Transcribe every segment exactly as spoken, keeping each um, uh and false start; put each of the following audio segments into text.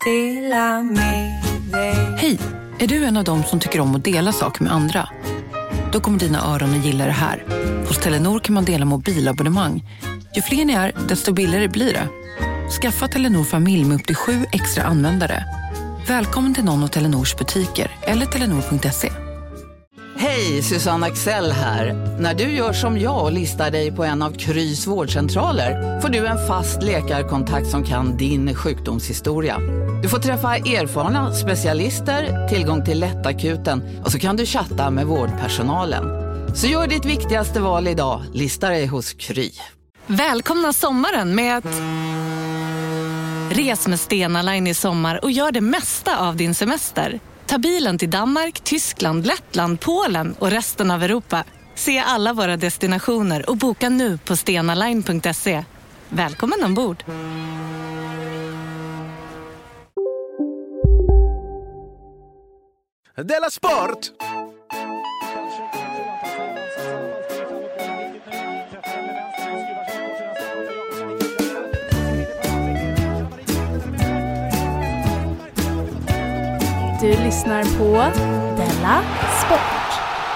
Hej, är du en av dem som tycker om att dela saker med andra? Då kommer dina öron att gilla det här. Hos Telenor kan man dela mobilabonnemang. Ju fler ni är, desto billigare blir det. Skaffa Telenor familj med upp till sju extra användare. Välkommen till någon av Telenors butiker eller telenor punkt se. Hej, Susanne Axel här. När du gör som jag och listar dig på en av Krys vårdcentraler får du en fast läkarkontakt som kan din sjukdomshistoria. Du får träffa erfarna specialister, tillgång till lättakuten och så kan du chatta med vårdpersonalen. Så gör ditt viktigaste val idag, listar dig hos Kry. Välkomna sommaren med att... Res med Stena Line i sommar och gör det mesta av din semester. Ta bilen till Danmark, Tyskland, Lettland, Polen och resten av Europa. Se alla våra destinationer och boka nu på stena line punkt se. Välkommen ombord! Della Sport! Du lyssnar på Della Sport.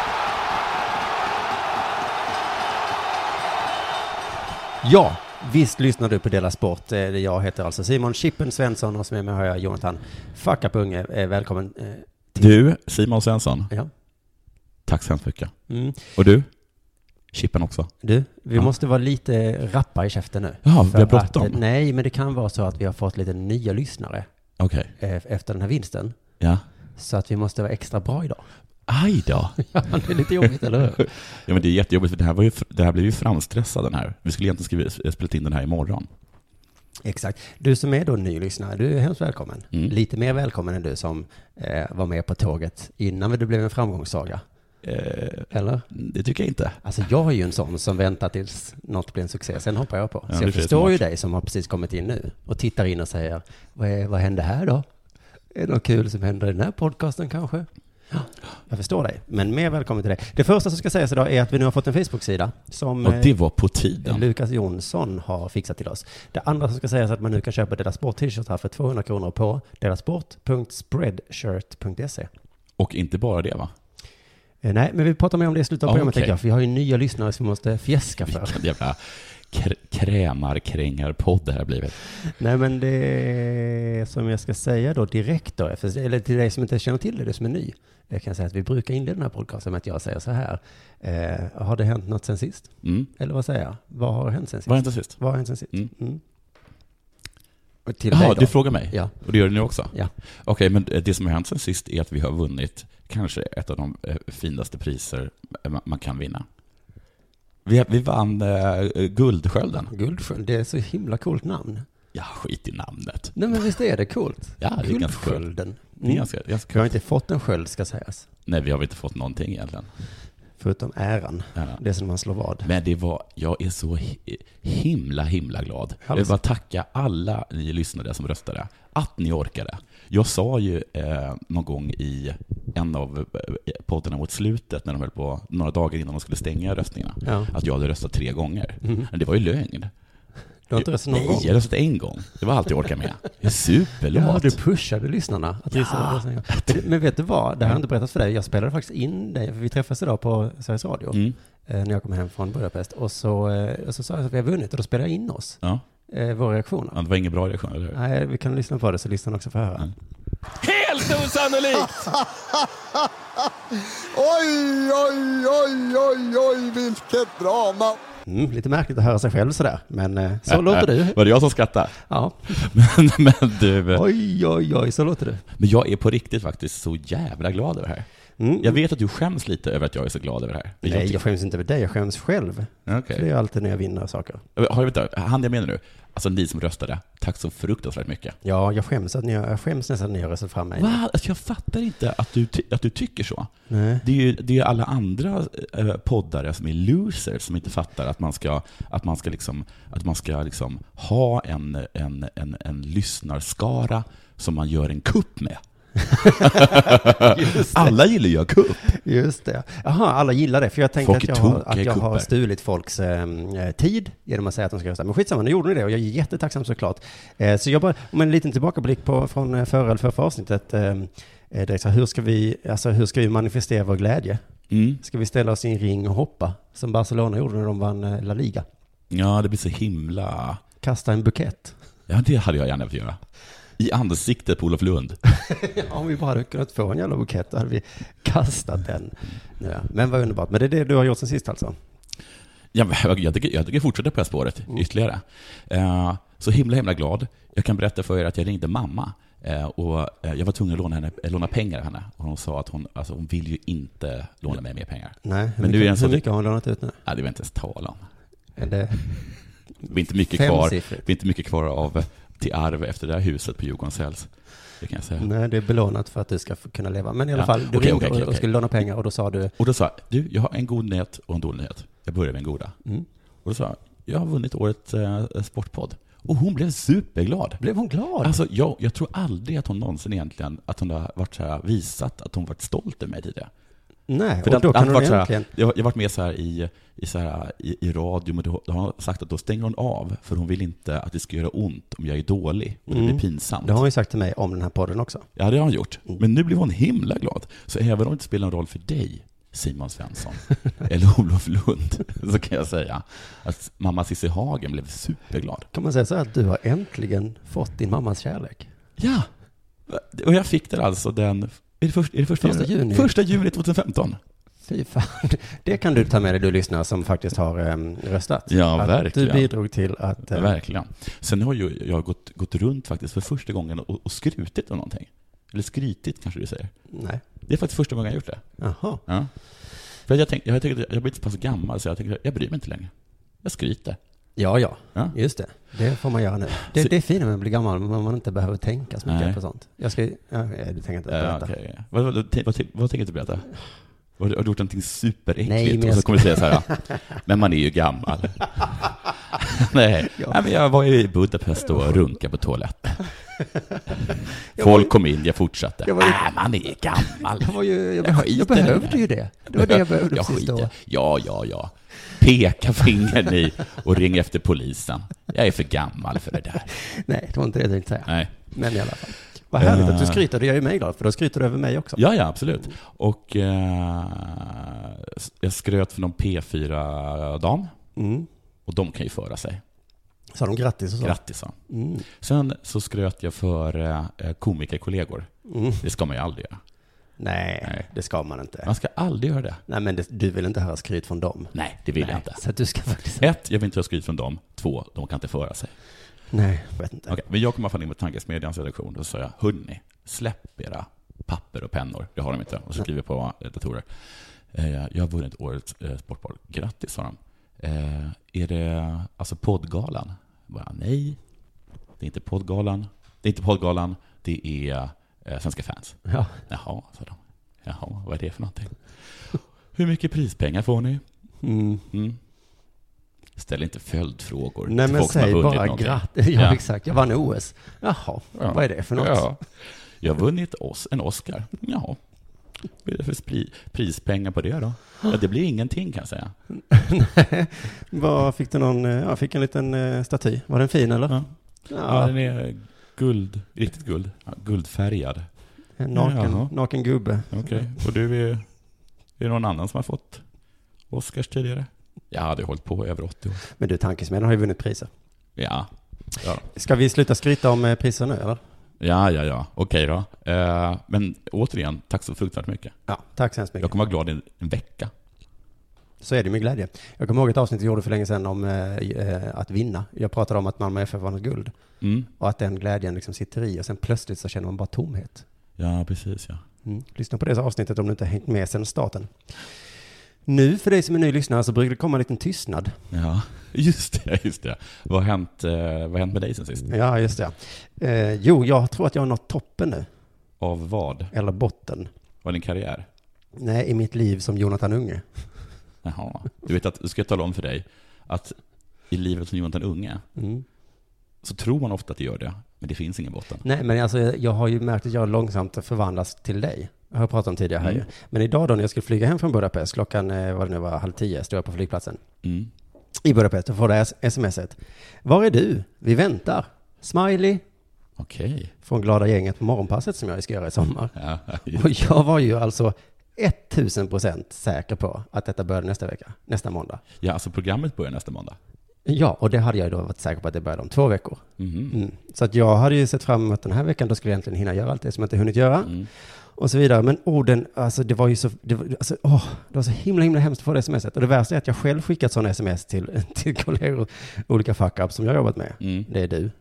Ja, visst lyssnar du på Della Sport. Jag heter alltså Simon Chippen Svensson och som är med har jag Jonathan Fackapunge. Välkommen till... Du, Simon Svensson. Ja. Tack så hemskt mycket. Mm. Och du? Chippen också. Du, vi ja. måste vara lite rappa i käften nu. Ja, vi har bråttom. Att, nej, men det kan vara så att vi har fått lite nya lyssnare. Okej. Okay. Efter den här vinsten. Ja. Så att vi måste vara extra bra idag. Aj då. Ja, det är lite jobbigt, eller hur? Ja, men det är jättejobbigt för det här, var ju, det här blev ju framstressad den här. Vi skulle egentligen skriva, spela in den här imorgon. Exakt. Du som är då ny lyssnare, du är hemskt välkommen. Mm. Lite mer välkommen än du som eh, var med på tåget innan du blev en framgångssaga. Eh, eller? Det tycker jag inte. Alltså jag är ju en sån som väntar tills något blir en succé, sen hoppar jag på. Ja, så jag förstår ju dig som har precis kommit in nu och tittar in och säger, vad, är, vad händer här då? Är det något kul som händer i den här podcasten kanske? Ja, jag förstår dig, men mer välkommen till dig. Det första som ska sägas idag är att vi nu har fått en Facebook-sida som och det var på tiden. Lukas Jonsson har fixat till oss. Det andra som ska sägas är att man nu kan köpa Della Sport t-shirt här för tvåhundra kronor på delasport punkt spreadshirt punkt se. Och inte bara det, va? Eh, nej, men vi pratar mer om det i slutet av programmet, okay. tänker jag, för vi har ju nya lyssnare som vi måste fjäska för. Vilken jävla kr- krämarkrängarpodd det här har blivit. Nej, men det som jag ska säga då direkt då, eller till dig som inte känner till det, det som är ny. Jag kan säga att vi brukar inleda den här podcasten med att jag säger så här. Eh, har det hänt något sen sist? Mm. Eller vad säger jag? Vad har hänt sen sist? Vad har hänt sen sist? Vad har hänt sen sist? Mm. Mm. Jaha, du frågar mig? Ja. Och det gör du nu också? Ja. Okej, okay, men det som har hänt sen sist är att vi har vunnit kanske ett av de finaste priser man kan vinna. Vi, vi vann äh, Guldskölden. Guldskölden, det är så himla coolt namn. Ja, skit i namnet. Nej, men visst är det coolt? Ja, det är ganska coolt. Mm. Det är ganska, ganska Vi har inte fått en sköld, ska sägas. Nej, vi har inte fått någonting egentligen. Förutom äran. Ja. Det som man slår vad. Men det var, jag är så himla, himla glad. Alltså. Jag vill bara tacka alla ni lyssnare som röstade. Att ni orkade. Jag sa ju eh, någon gång i en av poddarna mot slutet, när de höll på några dagar innan de skulle stänga röstningarna, ja. att jag hade röstat tre gånger. Mm. Men det var ju lögn. Du har inte röstat någon Nej, gång? jag röstade en gång. Det var allt jag orkade med. Det är superlåt. Ja, du pushade lyssnarna. Att ja. Men vet du vad? Det här har jag inte berättat för dig. Jag spelade faktiskt in dig. För vi träffades idag på Sveriges Radio. Mm. Eh, när jag kom hem från Budapest. Och så, eh, och så sa jag att vi har vunnit. Och då spelade jag in oss. Ja. Eh, våra reaktioner. Ja, det var ingen bra reaktion, eller hur? Nej, vi kan lyssna på det så lyssnarna också får höra. Mm. Helt osannolikt! Oj, oj, oj, oj, oj, vilket drama! Mm, lite märkligt att höra sig själv sådär, men eh, så äh, låter du. Var det jag som skrattade? Ja. men, men du... Oj, oj, oj, så låter du. Men jag är på riktigt faktiskt så jävla glad över det här. Mm. Jag vet att du skäms lite över att jag är så glad över det här. Nej, jag, jag skäms inte över dig, jag skäms själv. Okay. För det är alltid när jag vinner saker. Har jag vet, han jag menar nu, alltså ni som röstade, tack så fruktansvärt mycket. Ja, jag skäms, att ni har, jag skäms nästan att ni har röstat fram mig. Va? Alltså jag fattar inte att du, ty- att du tycker så. Nej. Det är ju det är alla andra eh, poddare som är losers som inte fattar att man ska, att man ska, liksom, att man ska liksom ha en, en, en, en lyssnarskara som man gör en kupp med. Alla gillar ju cup. Just det. Jaha, alla gillar det. För jag tänkte Folk att jag, har, att jag har stulit folks eh, tid genom att säga att de ska rösta. Men skitsamma, nu gjorde ni det och jag är jättetacksam såklart. Eh, så jag bara, om en liten tillbakablick på, från förra eller förra avsnittet. Eh, det är så, hur, ska vi, alltså, hur ska vi manifestera vår glädje? Mm. Ska vi ställa oss i en ring och hoppa? Som Barcelona gjorde när de vann eh, La Liga. Ja, det blir så himla... Kasta en bukett. Ja, det hade jag gärna velat göra. I ansiktet på Olof Lund. Om vi bara hade kunnat få en jävla bukett, då hade vi kastat den. Ja, men vad underbart. Men det är det du har gjort sen sist alltså? Ja, jag tycker jag tycker fortsätta på det här spåret mm. ytterligare. Uh, så himla, himla glad. Jag kan berätta för er att jag ringde mamma. Uh, och uh, jag var tvungen att låna, henne, äh, låna pengar av henne. Och hon sa att hon, alltså, hon vill ju inte låna mig mer pengar. Nej, hur men mycket, nu är en hur mycket har hon lånat ut nu? Ja, det vill jag inte ens tala om. Är det... Det blir inte mycket kvar, det blir inte mycket kvar av till arv efter det här huset på Djurgårdens Hälls. Det kan jag säga. Nej, det är belånat för att du ska kunna leva. Men i alla ja. fall, du okay, ringde okay, okay, och, och skulle låna pengar och då sa du... Och då sa du, jag har en god nyhet och en dålig nyhet. Jag börjar med en goda. Mm. Och då sa jag, jag har vunnit årets eh, sportpodd. Och hon blev superglad. Blev hon glad? Alltså, jag, jag tror aldrig att hon någonsin egentligen, att hon har varit så här, visat att hon varit stolt över mig tidigare. Nej, för och då kan hon varit egentligen... Jag har varit med så här i, i, så här, i, i radio, men då, då har hon sagt att då stänger hon av, för hon vill inte att det ska göra ont om jag är dålig och det mm. blir pinsamt. Det har hon ju sagt till mig om den här podden också. Ja, det har hon gjort. Mm. Men nu blev hon himla glad. Så även om det inte spelar en roll för dig, Simon Svensson, eller Olof Lund, så kan jag säga att mamma Cissi Hagen blev superglad. Kan man säga så att du har äntligen fått din mammas kärlek? Ja, och jag fick det alltså den... Är det, först, är det första, första juni? Första juni tjugohundrafemton. Fy fan. Det kan du ta med dig, du lyssnar som faktiskt har um, röstat. Ja, att verkligen. Du bidrog till att... Um... Verkligen. Sen har ju jag gått, gått runt faktiskt för första gången och, och skrutit om någonting. Eller skrytit kanske du säger. Nej. Det är faktiskt första gången jag har gjort det. Jaha. Ja. För jag tänkte, jag tänkte, jag har blivit så pass gammal så jag tänkte, jag bryr mig inte längre. Jag skryter. Ja, ja, ja. Just det. Det får man göra nu. Det, så... det är fint med att bli gammal, men man inte behöver tänka så mycket Nej. på sånt. Jag ska, ja, du tänker inte berätta. Ja, okay. vad, vad, vad, vad, vad tänker du berätta? Har du, har du gjort någonting superäckligt? Nej, men och så kommer du säga så här, men man är ju gammal. Nej, ja. Nej, men jag var i Budapest och runkade på toaletten. Folk kom in, jag fortsatte. Jag var ju... äh, man är gammal. Jag, var ju, jag, jag, jag behövde ju det. Det var det jag behövde. Jag skiter. Ja, ja, ja. Peka fingern i och ring efter polisen. Jag är för gammal för det där. Nej, det var inte det jag tänkte säga. Nej. Men i alla fall. Vad härligt uh... att du skryter, det gör ju mig glad, för då skryter du över mig också. Ja, ja, absolut. Och uh, jag skröt för någon P fyra-dam. Mm. Och de kan ju föra sig. Sa de grattis och så? Grattis, så. Mm. Sen så skröt jag för uh, komikerkollegor. Mm. Det ska man ju aldrig göra. Nej, Nej, det ska man inte. Man ska aldrig göra det. Nej, men det, du vill inte höra skryt från dem. Nej, det vill Nej, jag inte. Så att du ska faktiskt... Ett, jag vill inte höra skryt från dem. Två, de kan inte föra sig. Nej, jag vet inte. Okay, men jag kommer fan in med Tankesmedjans redaktion och så sa jag, hörni, släpp era papper och pennor. Det har de inte. Och så skriver på datorer. Eh, jag har vunnit årets eh, sportboll. Grattis, sa de. Eh, är det alltså poddgalan? Bara, nej, det är inte poddgalan. Det är inte poddgalan, det är eh, Svenska fans. Ja. Jaha, sa de. Jaha, vad är det för någonting? Hur mycket prispengar får ni? Mm. Mm. Ställ inte följdfrågor. Nej, men säg bara grattis. Ja, ja, exakt. Jag vann O S. Jaha, ja. Vad är det för något? Ja. Jag har vunnit oss en Oscar. Jaha. Vad är det för spri- prispengar på det då? Ja, det blir ingenting, kan jag säga. Nej. Vad fick du någon? Jag fick en liten uh, staty. Var den fin, eller? Ja, ja. ja den är guld. Riktigt guld. Ja, guldfärgad. En naken, ja, naken gubbe. Okej. Okay. Och du är, är det någon annan som har fått Oscars tidigare? Jag hade hållit på över åttio år. Men du, Tankesmedjan har ju vunnit priser. Ja. ja. Ska vi sluta skryta om priser nu, eller? Ja, ja, ja. Okej då. Uh, men återigen, tack så fruktansvärt mycket. Ja, tack så hemskt mycket. Jag kommer vara glad i en, en vecka. Så är det med glädje. Jag kommer ihåg ett avsnitt jag gjorde för länge sedan om uh, att vinna. Jag pratade om att Malmö F F vann guld. Mm. Och att den glädjen liksom sitter i. Och sen plötsligt så känner man bara tomhet. Ja, precis, ja. Mm. Lyssna på det avsnittet om du inte har hängt med sedan starten. Nu, för dig som är ny lyssnare, så brukar det komma en liten tystnad. Ja, just det, just det. Vad har hänt, eh, vad har hänt med dig sen sist? Ja, just det. Eh, jo, jag tror att jag har nått toppen nu. Av vad? Eller botten. Var din karriär? Nej, i mitt liv som Jonathan Unge. Jaha. Du vet att, du ska tala om för dig att i livet som Jonathan Unge mm. så tror man ofta att det gör det. Men det finns ingen botten. Nej, men alltså, jag har ju märkt att jag långsamt förvandlas till dig. Jag har pratat om tidigare här mm. ju. Men idag då när jag skulle flyga hem från Budapest, klockan vad det nu var, halv tio, stod jag på flygplatsen. Mm. I Budapest och får det smset. Var är du? Vi väntar. Smiley. Okej. Okay. Från glada gänget på morgonpasset som jag ska göra i sommar. Ja, och jag var ju alltså tusen procent säker på att detta började nästa vecka, nästa måndag. Ja, alltså programmet börjar nästa måndag. Ja, och det hade jag då varit säker på att det började om två veckor. Mm. Mm. Så att jag hade ju sett fram emot den här veckan, då skulle jag egentligen hinna göra allt det som jag inte hunnit göra. Mm. Och så vidare. Men orden, alltså det var ju så, det var, alltså, åh, det var så himla, himla hemskt att få det smset. Och det värsta är att jag själv skickat sådana sms till, till kollegor, olika fuck-ups som jag jobbat med. Mm. Det är du.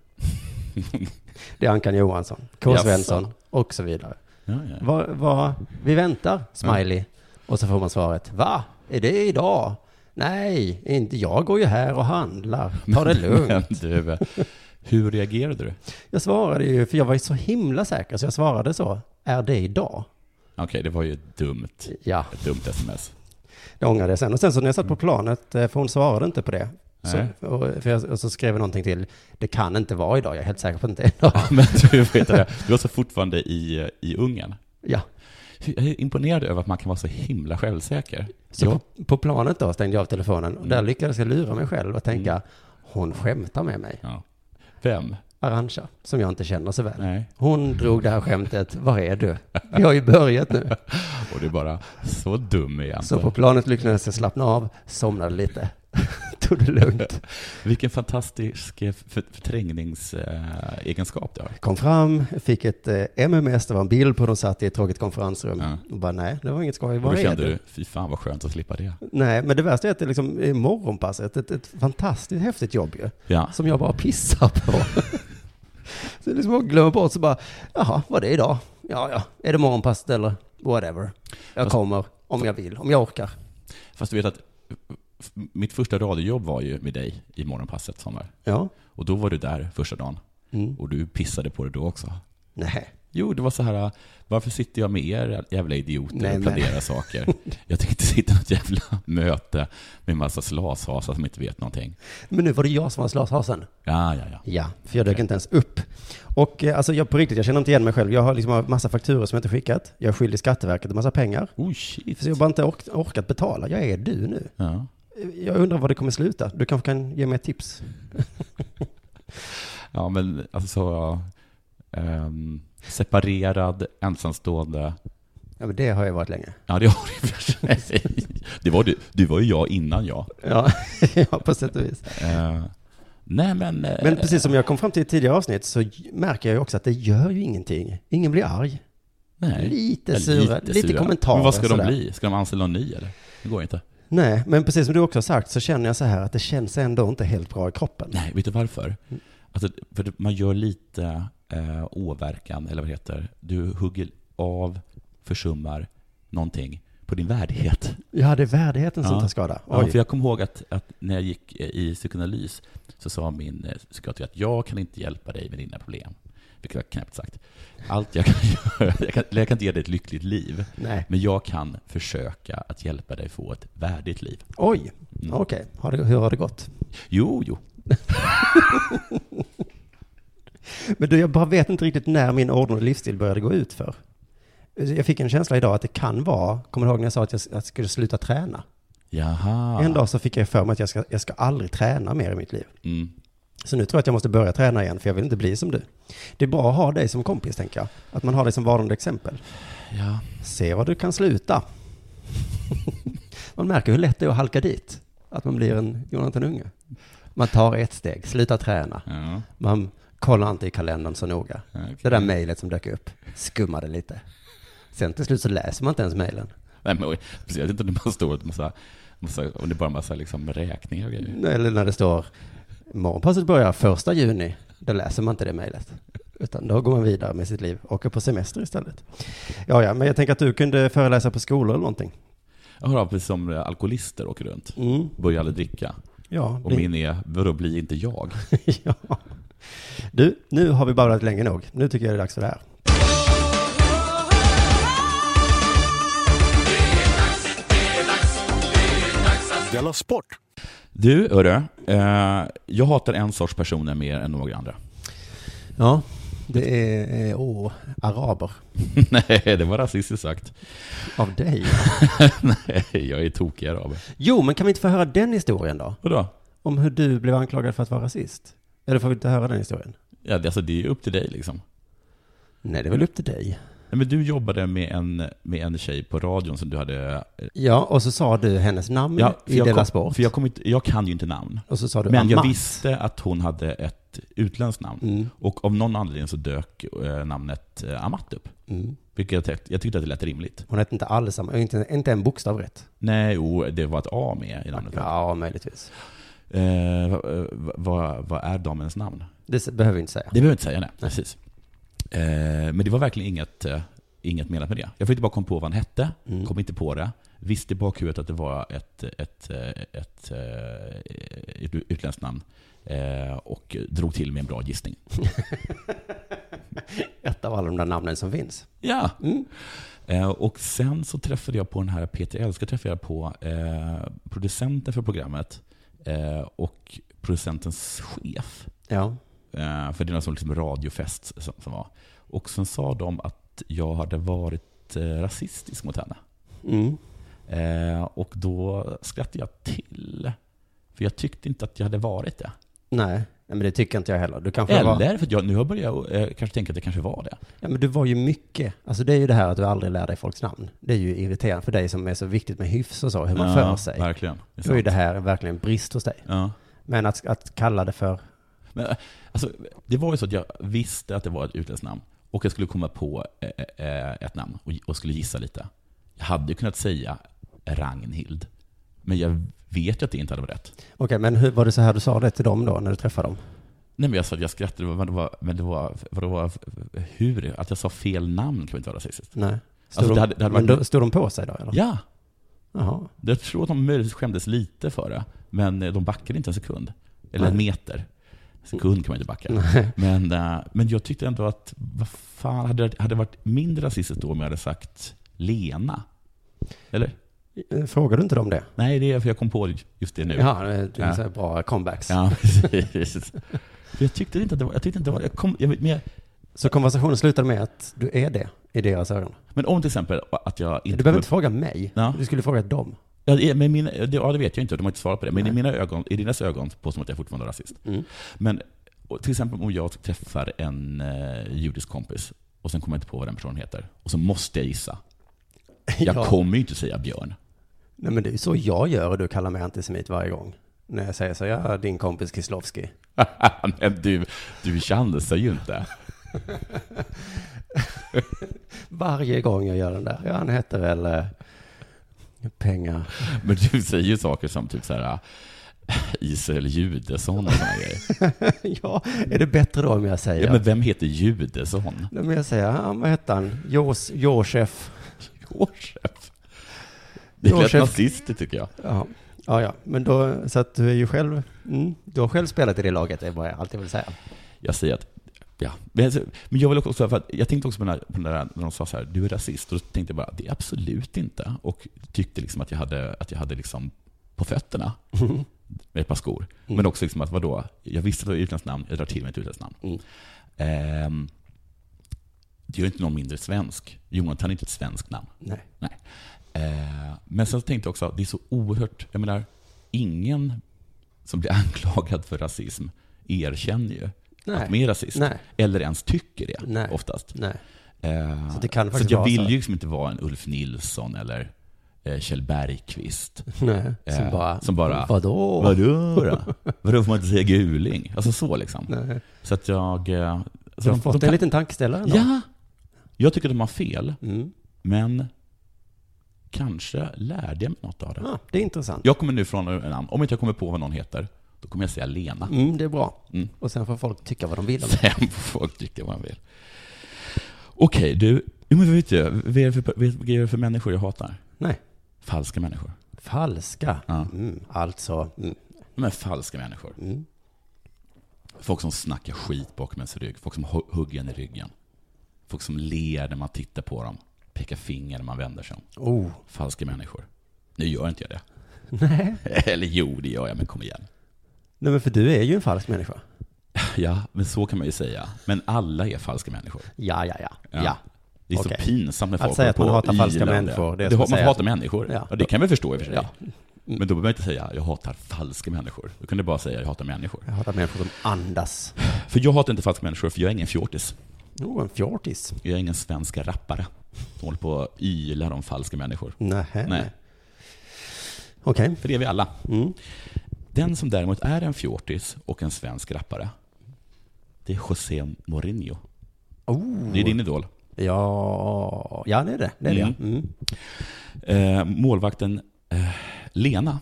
Det är Ankan Johansson, K. Svensson och så vidare. Ja, ja. Va, va, vi väntar, smiley. Ja. Och så får man svaret, va? Är det idag? Nej, inte jag går ju här och handlar. Ta det lugnt. Men du, hur reagerade du? Jag svarade ju, för jag var ju så himla säker, så jag svarade så, är det idag? Okej, okay, det var ju dumt. Ja. Ett dumt sms. Det ångrade jag sen. Och sen så när jag satt på planet, för hon svarade inte på det. Så, och, för jag, och så skrev jag någonting till, det kan inte vara idag, jag är helt säker på att det inte är idag. Men du vet det, du var så fortfarande i, i Ungern. Ja. Jag är imponerad över att man kan vara så himla självsäker. Så på, på planet då stängde jag av telefonen och mm. där lyckades jag lura mig själv och tänka, mm. hon skämtar med mig. Ja. Vem? Arantxa, som jag inte känner så väl. Nej. Hon drog det här skämtet, var är du? Vi har ju börjat nu. Och det är bara så dum igen. Så på planet lyckades jag slappna av, somnade lite. Tog det lugnt. Vilken fantastisk förträngningsegenskap det har. Kom fram, fick ett eh, M M S, det var en bild på de satt i ett tråkigt konferensrum. Ja. Och bara nej, det var inget skoj. Var och då kände du, fy fan vad skönt att slippa det. Nej, men det värsta är att det liksom är morgonpasset, ett, ett fantastiskt häftigt jobb ju. Ja. Som jag bara pissar på. Så liksom jag glömmer bort så bara, jaha, vad är det idag? Ja, ja, är det morgonpasset eller whatever. Jag fast, kommer om jag vill, om jag orkar. Fast du vet att mitt första radiojobb var ju med dig i morgonpasset sommar. Ja. Och då var du där första dagen. Mm. Och du pissade på det då också. Nej. Jo, det var så här, varför sitter jag med er jävla idioter Nej, och planerar men... saker? Jag tänkte sitta i något jävla möte med en massa slashasar som inte vet någonting. Men nu var det jag som var slashhasen. Ja, ja, ja. Ja, för jag dök okay. inte ens upp. Och alltså jag på riktigt, jag känner inte igen mig själv. Jag har liksom en massa fakturer som jag inte skickat. Jag är skyldig Skatteverket en massa pengar. Oh shit. Så jag har bara inte ork- orkat betala. Jag är du nu. Ja. Jag undrar vad det kommer sluta. Du kanske kan ge mig ett tips. Ja, men alltså så, um, separerad, ensamstående. Ja, men det har jag varit länge. Ja, det har du för sig. Det var du. Du var ju jag innan jag. Ja, ja på sätt och vis. Uh, nej, men... Uh, men precis som jag kom fram till i tidigare avsnitt så märker jag ju också att det gör ju ingenting. Ingen blir arg. Nej. Lite sura, lite, lite sura. kommentarer. Men vad ska sådär. de bli? Ska de anställa någon ny eller? Det går inte. Nej, men precis som du också har sagt så känner jag så här att det känns ändå inte helt bra i kroppen. Nej, vet du varför? Alltså, för man gör lite eh, åverkan, eller vad det heter. Du hugger av, försummar någonting på din värdighet. Ja, det är värdigheten som ja. tar skada. Ja, för jag kommer ihåg att, att när jag gick i psykoanalys så sa min psykiater att jag kan inte hjälpa dig med dina problem. Vilket var knäppt sagt. Allt jag kan göra, jag kan, jag kan inte ge dig ett lyckligt liv. Nej. Men jag kan försöka att hjälpa dig få ett värdigt liv. Oj, mm. okej. Okay. Hur har det gått? Jo, jo. Men du, jag bara vet inte riktigt när min ordnade livsstil började gå ut för. Jag fick en känsla idag att det kan vara, kommer du ihåg när jag sa att jag, att jag skulle sluta träna? Jaha. En dag så fick jag för mig att jag ska, jag ska aldrig träna mer i mitt liv. Mm. Så nu tror jag att jag måste börja träna igen, för jag vill inte bli som du. Det är bra att ha dig som kompis, tänker jag. Att man har dig som varande exempel. Ja. Se vad du kan sluta. Man märker hur lätt det är att halka dit. Att man blir en Jonathan Unge. Man tar ett steg, sluta träna. Ja. Man kollar inte i kalendern så noga. Okay. Det där mejlet som dök upp, skummade lite. Sen till slut så läser man inte ens mejlen. Nej, men speciellt inte när man står ett massa, massa, om det är bara en massa liksom räkningar och grejer. Eller när det står morgonpasset börjar första juni, då läser man inte det mejlet. Utan då går man vidare med sitt liv och åker på semester istället. Ja, ja, men jag tänker att du kunde föreläsa på skolor eller någonting. Jag har precis som alkoholister åker runt. Mm. Börjar aldrig dricka. Ja, och min är, vadå blir inte jag? Ja. Du, nu har vi bara varit länge nog. Nu tycker jag det är dags för det här. Della Sport. Du, hörru, eh, jag hatar en sorts personer mer än några andra. Ja, det är, åh, araber. Nej, det var rasistiskt sagt. Av dig? Nej, jag är tokig araber. Jo, men kan vi inte få höra den historien då? Vadå? Om hur du blev anklagad för att vara rasist. Eller får vi inte höra den historien? Ja, det, alltså, det är ju upp till dig liksom. Nej, det är väl upp till dig. Nej, men du jobbade med en, med en tjej på radion som du hade... Ja, och så sa du hennes namn ja, i Della Sport. För jag, kom inte, jag kan ju inte namn. Och så sa du men Amat. Jag visste att hon hade ett utländskt namn. Mm. Och av någon anledning så dök eh, namnet eh, Amat upp. Mm. Vilket jag, jag tyckte att det lät rimligt. Hon hette inte alls samma, inte, inte en bokstav rätt. Nej, jo, det var ett A med i namnet. Ja, möjligtvis. Eh, vad, vad, vad är damens namn? Det behöver vi inte säga. Det behöver vi inte säga, nej. nej. Precis. Eh, men det var verkligen inget, eh, inget menat med det. Jag försökte bara komma på vad han hette, mm. kom inte på det. Visste i bakhuvudet att det var ett, ett, ett, ett, ett utländskt namn. Eh, och drog till med en bra gissning. Ett av alla de där namnen som finns. Ja. Mm. Eh, och sen så träffade jag på den här Peter Elska träffade jag på eh, producenten för programmet eh, och producentens chef. Ja. Eh, för det var som liksom radiofest som, som var. Och sen sa de att jag hade varit eh, rasistisk mot henne. Mm. Eh, och då skrattade jag till. För jag tyckte inte att jag hade varit det. Nej, men det tycker inte jag heller. Du kanske Eller, var... för jag, nu har jag börjat eh, kanske tänka att det kanske var det. Ja, men du var ju mycket. Alltså det är ju det här att du aldrig lär dig folks namn. Det är ju irriterande för dig som är så viktigt med hyfs och så, hur man ja, för sig. Verkligen. Det då är det här verkligen en brist hos dig. Ja. Men att, att kalla det för... Men, alltså, det var ju så att jag visste att det var ett utländskt namn. Och jag skulle komma på eh, ett namn och, och skulle gissa lite. Jag hade ju kunnat säga Ragnhild. Men jag vet ju att det inte hade varit rätt. Okej, okay, men hur var det så här du sa det till dem då när du träffade dem? Nej, men jag sa att jag skrattade, men det var, men det var, vad det var hur? Att jag sa fel namn kan inte vara rasistiskt. Nej. Stod Alltså, de, det hade, det hade men varit... då, stod de på sig då? Eller? Ja. Jaha. Jag tror att de möjligtvis skämdes lite för det, men de backade inte en sekund. Eller Nej. en meter. Sekund kan man inte backa. Men, uh, men jag tyckte ändå att, vad fan, hade det hade varit mindre rasistiskt då om jag hade sagt Lena? Eller? Frågar du inte dem det? Nej, det är för jag kom på just det nu. Ja, det är ja. Så bra comebacks. Ja, precis. Jag tyckte inte att det var... Jag tyckte inte det var jag kom, jag, men jag, så konversationen slutade med att du är det i deras ögon? Men om till exempel att jag inte... Du behöver inte fråga mig. Ja. Du skulle fråga dem. Ja, men mina, ja, det vet jag inte. De har inte svarat på det. Men Nej. i mina ögon, i deras ögon påstår att jag fortfarande är rasist. Mm. Men till exempel om jag träffar en uh, judisk kompis och sen kommer jag inte på vad den personen heter. Och så måste jag gissa. Jag ja. kommer ju inte säga Björn. Nej, men det är så jag gör och du kallar mig antisemit varje gång. När jag säger så, ja, din kompis Kislovski. Men du, du chansar ju inte. Varje gång jag gör den där. Ja, han heter väl eh, pengar. Men du säger ju saker som typ så här Israel Judesson och såna grejer. Ja, är det bättre då om jag säger? Ja, men vem heter Judesson? Nej, men jag säger, ja, vad heter han? Jos, Josef. Josef. Det är lätt nazistiskt tycker jag. Ja. Ja, ja, men då, så att du är ju själv, mm, du har själv spelat i det laget, det är vad jag alltid vill säga. Jag säger att, ja, men, men jag vill också, för att jag tänkte också på den, här, på den där, när de sa så här, du är rasist, och då tänkte jag bara, det är absolut inte, och tyckte liksom att jag hade, att jag hade liksom på fötterna mm. med ett par skor, mm. men också liksom att vadå, jag visste att det var utländskt namn, jag drar till med ett utländskt namn. Mm. Ehm, det är ju inte någon mindre svensk, Jonathan är inte ett svenskt namn. Nej. Nej. Eh, men sen tänkte jag också att det är så oerhört, jag menar, ingen som blir anklagad för rasism erkänner ju Nej. att man är rasist. Nej. Eller ens tycker det Nej. oftast. Nej. Eh, så det kan så jag vill ju liksom inte vara en Ulf Nilsson eller eh, Kjell Bergqvist. Nej, som, eh, bara, som bara, vadå? Vadå då? Vadå får man inte säga guling? Alltså så liksom. Nej. Så att jag... Eh, så du har de, fått de, en liten tankeställare då? Ja, jag tycker att de har fel. Mm. Men... kanske lärde jag mig något av det. Ja, det är intressant. Jag kommer nu från en namn. Om inte jag kommer på vad någon heter, då kommer jag säga Lena. Mm, det är bra. Mm. Och sen får folk tycka vad de vill. Sen får folk tycka vad de vill. Okej, okay, du. Men vet du, vad är det för, vad är det för människor jag hatar? Nej. Falska människor. Falska? Ja. Mm, alltså. Mm. Men falska människor. Mm. Folk som snackar skit bakom ens rygg. Folk som hugger en i ryggen. Folk som ler när man tittar på dem. Peka finger när man vänder sig om. Oh. Falska människor. Nu gör inte jag det. Nej. Eller jo, det gör jag, men kom igen. Nej, men för du är ju en falsk människa. Ja, men så kan man ju säga. Men alla är falska människor. Ja, ja, ja. ja. ja. Det är okay. så pinsamt när folk att säga att man hatar falska ilande. människor. Det är det man man hatar människor. Ja. Ja, det kan vi förstå i och för sig. Ja. Mm. Men då behöver man inte säga jag hatar falska människor. Då kan du bara säga jag hatar människor. Jag hatar människor som andas. För jag hatar inte falska människor, för jag är ingen fjortis. Oh, en fjortis. Jag är ingen svenska rappare som håller på att yla om falska människor. Nähä. Nej. Okej. Okay. För det är vi alla. Mm. Den som däremot är en fjortis och en svensk rappare, det är José Mourinho. Oh. Det är din idol. Ja, ja det är det. Det är mm. det. Mm. Eh, målvakten eh, Lena.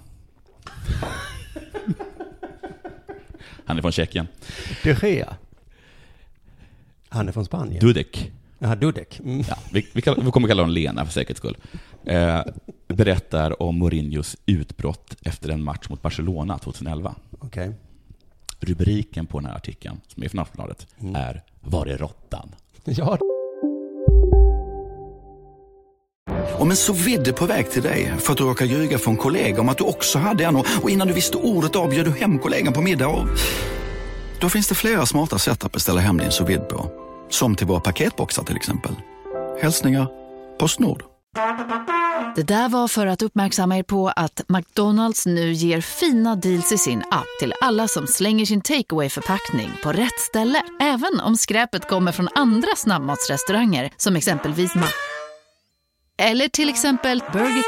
Han är från Tjeckien. De Gea. Han är från Spanien. Dudek. Ja, Dudek. Mm. Ja, vi, vi, kan, vi kommer kalla honom Lena för säkerhets skull. Eh, berättar om Mourinhos utbrott efter en match mot Barcelona tjugoelva. Okej. Okay. Rubriken på den här artikeln, som är från Aftonbladet, mm. är Var är råttan? Ja. Om en så vidde på väg till dig för att du råkar ljuga för en kollega om att du också hade en, och innan du visste ordet av bjöd du hem kollegan på middag. Och då finns det flera smarta sätt att beställa hem din sous vide på. Som till våra paketboxar till exempel. Hälsningar Postnord. Det där var för att uppmärksamma er på att McDonalds nu ger fina deals i sin app till alla som slänger sin takeaway-förpackning på rätt ställe. Även om skräpet kommer från andra snabbmatsrestauranger som exempelvis Ma... Eller till exempel Burger...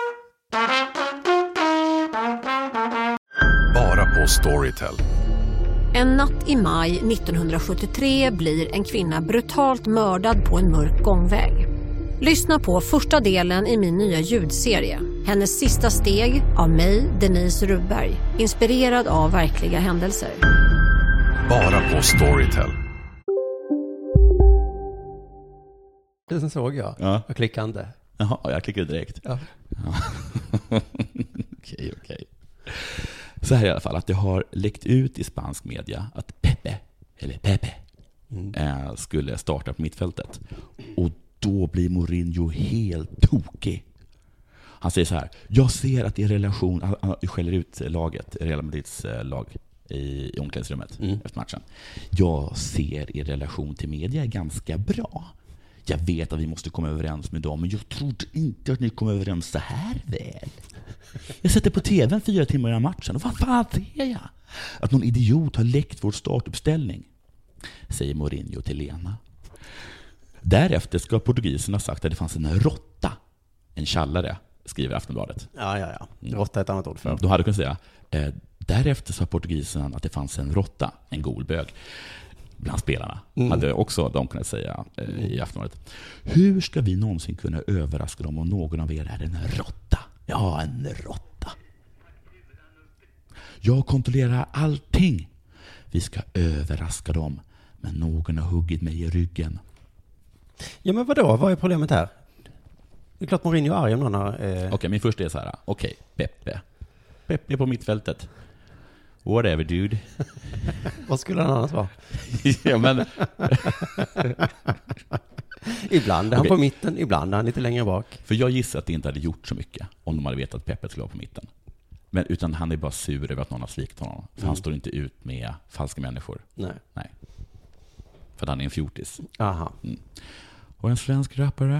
Bara på Storytel. En natt i maj nittonhundrasjuttiotre blir en kvinna brutalt mördad på en mörk gångväg. Lyssna på första delen i min nya ljudserie. Hennes sista steg av mig, Denise Rubberg. Inspirerad av verkliga händelser. Bara på Storytel. Det som såg jag. Ja. Jag klickade inte. Jaha, jag klickade direkt. Ja. Ja. Okej, okej. Så här i alla fall, att det har läckt ut i spansk media att Pepe, eller Pepe, mm. eh, skulle starta på mittfältet. Och då blir Mourinho helt tokig. Han säger så här: jag ser att er relation, han skäller ut laget, Real Madrids lag i, i omklädningsrummet mm. efter matchen. Jag ser er relation till media är ganska bra. Jag vet att vi måste komma överens med dem, men jag trodde inte att ni kom överens så här väl. Jag sätter på tvn fyra timmar i matchen, och vad fan ser jag? Att någon idiot har läckt vår startuppställning, säger Mourinho till Lena. Därefter ska portugiserna ha sagt att det fanns en råtta, en tjallare, skriver Aftonbladet. Ja, ja, ja. Råtta är ett annat ord för. Då hade jag kunnat säga, eh, därefter sa portugiserna att det fanns en råtta, en golbög, bland spelarna. Mm. Hade också de kunnat säga eh, i Aftonbladet. Hur ska vi någonsin kunna överraska dem om någon av er är en råtta? Ja, en råtta. Jag kontrollerar allting. Vi ska överraska dem, men någon har huggit mig i ryggen. Ja, men vadå? Vad är problemet här? Det är klart Mourinho är arg om någon har... Eh... Okej, okay, min första är så här. Okej, okay, Pepe. Pepe på mittfältet. Whatever, dude. Vad skulle han annars vara? Ja, men... Ibland är han okay. på mitten, ibland är han lite längre bak. För jag gissar att det inte hade gjort så mycket om de hade vetat att Pepe skulle vara på mitten. Men utan han är bara sur över att någon har svikit honom. För mm. han står inte ut med falska människor. Nej. Nej. För att han är en fjortis. Aha. Mm. Och en svensk rappare.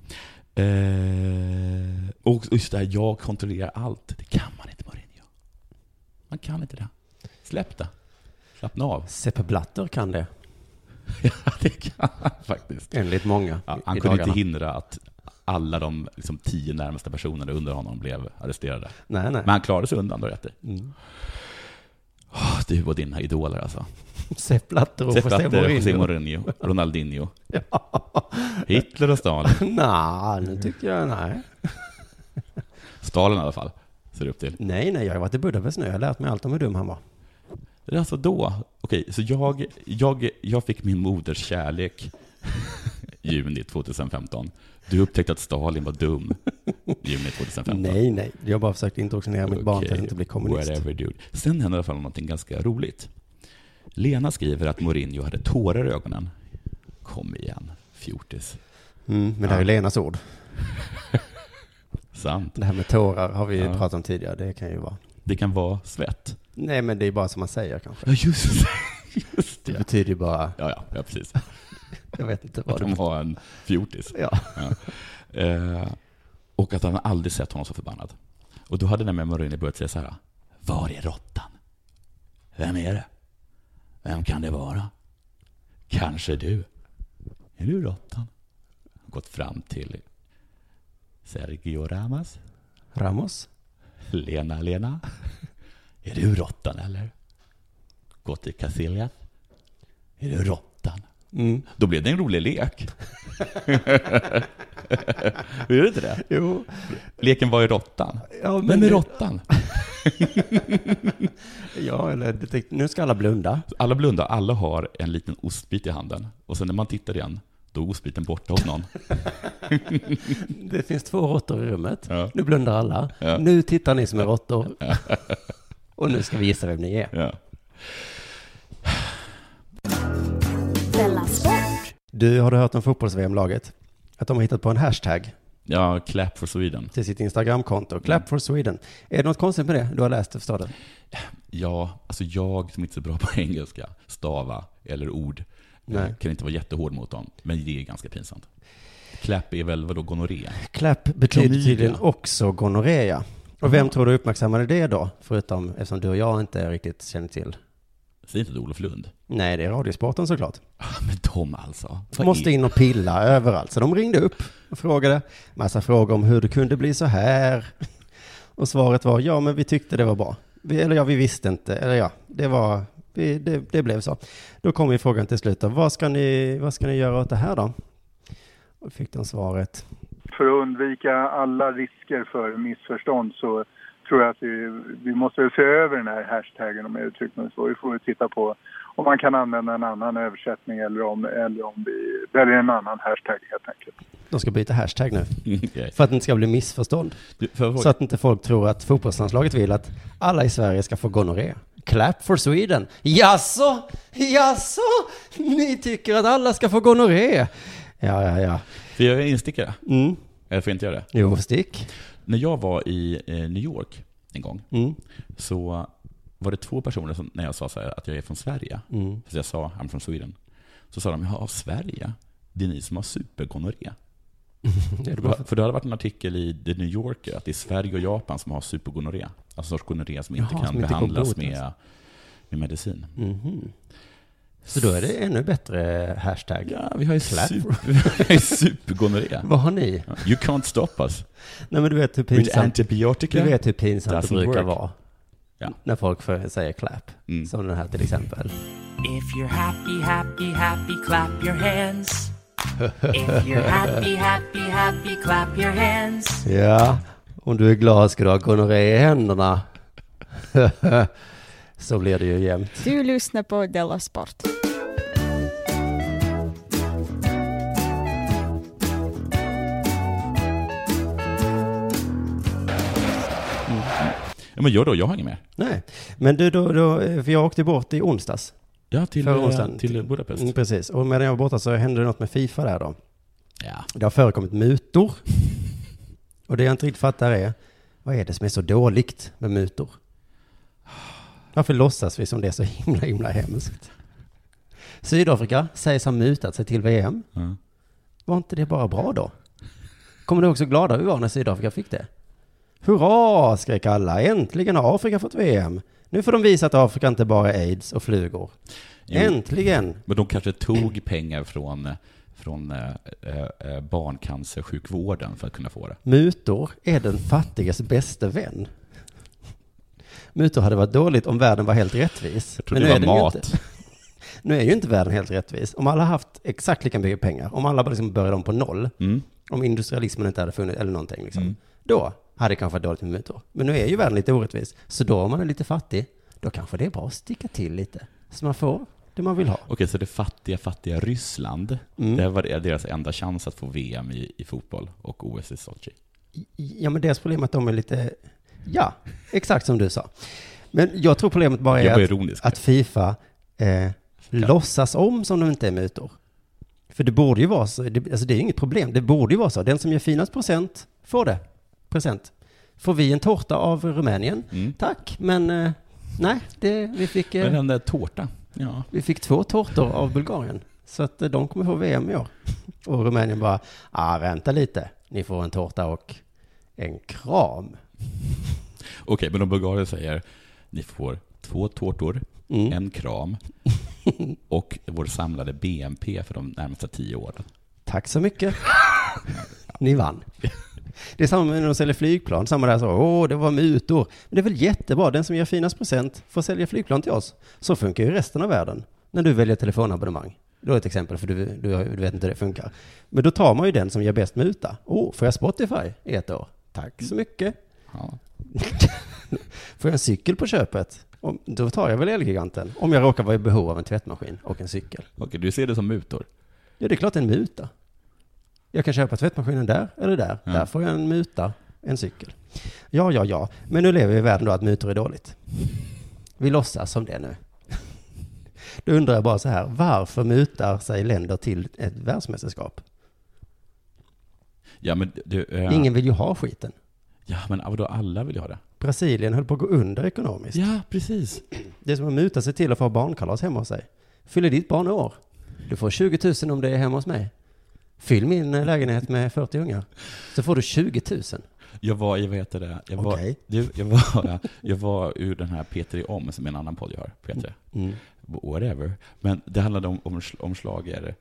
Eh, och just det här, jag kontrollerar allt. Det kan man inte, Mourinho. Man kan inte det. Släpp det. Slappna av. Seppe Blatter kan det. Ja, det kan han faktiskt. Enligt många. Ja, han i kunde dagarna. inte hindra att alla de liksom, tio närmaste personerna under honom blev arresterade. Nej, nej. Men han klarade sig undan då, rätt i. Mm. Oh, du och dina idoler alltså. Sepp Blatter och Sepp José Blatter, Mourinho. José Mourinho, Ronaldinho. Ja. Hitler och Stalin. Nej, nu tycker jag nej. Stalin i alla fall, ser du upp till. Nej, nej, jag har varit i Budapest nu. Jag har lärt mig allt om hur dum han var. Det är alltså då. Okej, så jag, jag, jag fick min moders kärlek juni tjugohundrafemton. Du upptäckte att Stalin var dum juni tjugohundrafemton. Nej, nej. Jag bara försökte introducera mitt barn till att inte bli kommunist. Whatever, dude. Sen hände i alla fall något ganska roligt. Lena skriver att Mourinho hade tårar i ögonen. Kom igen, fjortis. Mm, men det här är Lenas ord. Sant. Det här med tårar har vi ja. pratat om tidigare. Det kan ju vara. Det kan vara svett. Nej, men det är bara som man säger kanske. Ja, just, just betyder ju bara... Ja, ja, ja precis. Jag vet inte vad att de har en fjortis. Ja. ja. Eh, och att han aldrig sett honom så förbannad. Och då hade nämligen Mourinho börjat säga så här: var är råttan? Vem är det? Vem kan det vara? Kanske du. Är du råttan? Gått fram till Sergio Ramos. Ramos? Lena, Lena. Är du råttan eller? Gått till Casillas. Är du råttan? Mm. Då blev det en rolig lek. Är det inte det? Jo. Leken var ju råttan. Ja, men Vem är råttan? Ja, eller nu ska alla blunda. Alla blundar, alla har en liten ostbit i handen. Och sen när man tittar igen, då är ostbiten borta hos någon. Det finns två råttor i rummet. Ja. Nu blundar alla. Ja. Nu tittar ni som är råttor. Och nu ska vi gissa vem ni är. Ja. Della Sport. Du, har du hört om fotbolls-V M-laget? Att de har hittat på en hashtag. Ja, Clap for Sweden. Till sitt Instagram-konto. Clap for Sweden. Är det något konstigt med det? Du har läst och förstår det? Ja, alltså jag som inte är så bra på engelska, stava eller ord, Nej. kan inte vara jättehård mot dem. Men det är ganska pinsamt. Clap är väl vadå gonorré? Clap betyder Klamydia. tydligen också gonorré. Och vem tror du uppmärksammade det då? Förutom eftersom du och jag inte riktigt känner till. Säg inte det Olof Lund. Nej, det är Radiosporten såklart. Men de alltså. De måste in och pilla överallt. Så de ringde upp och frågade massa frågor om hur det kunde bli så här. Och svaret var, ja men vi tyckte det var bra. Vi, eller ja, vi visste inte. Eller ja, det var, vi, det, det blev så. Då kom ju frågan till slut. Vad ska ni, vad ska ni göra åt det här då? Och fick de svaret. För att undvika alla risker för missförstånd så tror jag att vi, vi måste se över den här hashtaggen, om jag uttrycker mig så. Vi får titta på om man kan använda en annan översättning eller om, eller om vi väljer en annan hashtag helt enkelt. De ska byta hashtag nu. Okay. För att det inte ska bli missförstånd. Du, för så att inte folk tror att fotbollslandslaget vill att alla i Sverige ska få gonorré. Clap for Sweden. Jaså? Jaså? Ni tycker att alla ska få gonorré? Ja, ja, ja. För jag är instickare. Mm. Eller får jag inte göra det? Jo, stick. När jag var i eh, New York en gång mm. så var det två personer som, när jag sa så här, att jag är från Sverige, mm. så jag sa I'm from Sweden, så sa de, ja, Sverige, det är ni som har supergonorré. För, för det hade varit en artikel i The New Yorker att det är Sverige och Japan som har supergonorré. Alltså en sorts gonorré som inte Jaha, kan som inte behandlas bot, med, med medicin. Mm-hmm. Så då är det ännu bättre hashtag. Ja, vi har ju super, supergonorré. Vad har ni? You can't stop us. Nej, men du vet hur pinsamt, antibiotika, du vet hur pinsamt det brukar work. vara. Ja. När folk får säga clap. Mm. Som den här till exempel. If you're happy, happy, happy, clap your hands. If you're happy, happy, happy, clap your hands. Ja, om du är glad ska du ha gonorré i händerna. Så blir det ju jämt. Du lyssnar på Della Sport. Ja, men gör då, jag hänger med. Nej, men du då, då för jag åkte bort i onsdags. Ja, till, onsdagen, till Budapest. Mm, precis, och medan jag var borta så hände det något med FIFA där då. Ja. Det har förekommit mutor. Och det jag inte riktigt fattar är, vad är det som är så dåligt med mutor? Varför låtsas vi som det är så himla, himla hemskt? Sydafrika sägs ha mutat sig till V M. Mm. Var inte det bara bra då? Kommer du också glada vi var när Sydafrika fick det? Hurra, skrek alla. Äntligen har Afrika fått V M. Nu får de visa att Afrika inte bara är aids och flugor. Jo. Äntligen! Men de kanske tog pengar från, från äh, äh, barncancersjukvården för att kunna få det. Mutor är den fattigas bästa vän. Mutor hade varit dåligt om världen var helt rättvis. Jag tror Men det var mat. Nu är ju inte världen helt rättvis. Om alla haft exakt lika mycket pengar, om alla liksom började om på noll, mm. om industrialismen inte hade funnits eller någonting, liksom, mm. då hade det kanske varit dåligt med mutor. Men nu är ju världen lite orättvis. Så då om man är lite fattig, då kanske det är bra att sticka till lite. Så man får det man vill ha. Okej, så det fattiga, fattiga Ryssland, mm. det var deras enda chans att få V M i, i fotboll och O S i Sochi. Ja, men deras problem är att de är lite, ja, exakt som du sa. Men jag tror problemet bara är att, att FIFA eh, ja. låtsas om som de inte är mutor. För det borde ju vara så, det, alltså det är ju inget problem, det borde ju vara så. Den som ger finast procent får det. Present. Får vi en tårta av Rumänien? Mm. Tack, men eh, nej, det, vi fick... Eh... Men den där tårta, Ja. Vi fick två tårtor av Bulgarien. Så att de kommer få V M i år. Och Rumänien bara, ah, vänta lite. Ni får en tårta och en kram. Okej, men om Bulgarien säger, ni får två tårtor, mm. en kram och vår samlade B N P för de närmaste tio åren. Tack så mycket. Ni vann. Det är samma med när de säljer flygplan. Samma där så, åh, det var mutor. Men det är väl jättebra. Den som ger finast procent får sälja flygplan till oss. Så funkar ju resten av världen. När du väljer telefonabonnemang. Då är ett exempel, för du, du, du vet inte hur det funkar. Men då tar man ju den som ger bäst muta. Åh, får jag Spotify i ett år? Tack så mycket. Ja. Får jag en cykel på köpet? Om, då tar jag väl Elgiganten. Om jag råkar vara i behov av en tvättmaskin och en cykel. Okej, du ser det som mutor? Ja, det är klart en muta. Jag kan köpa tvättmaskinen där eller där. Ja. Där får jag en muta, en cykel. Ja, ja, ja. Men nu lever vi i världen då att mutor är dåligt. Vi låtsas som det nu. Då undrar jag bara så här. Varför mutar sig länder till ett världsmästerskap? Ja, men du, äh... Ingen vill ju ha skiten. Ja, men då alla vill ha det. Brasilien höll på att gå under ekonomiskt. Ja, precis. Det är som att muta sig till att få barnkalas hemma hos sig. Fyller ditt barn år. Du får tjugo tusen om det är hemma hos mig. Fyll min lägenhet med fyrtio ungar. Så får du tjugo tusen. Jag var, jag vet det. Jag var, okay. du, jag var, jag var ur den här P tre om som en annan podd jag har, P tre. Mm. Whatever. Men det handlade om, om, om slager,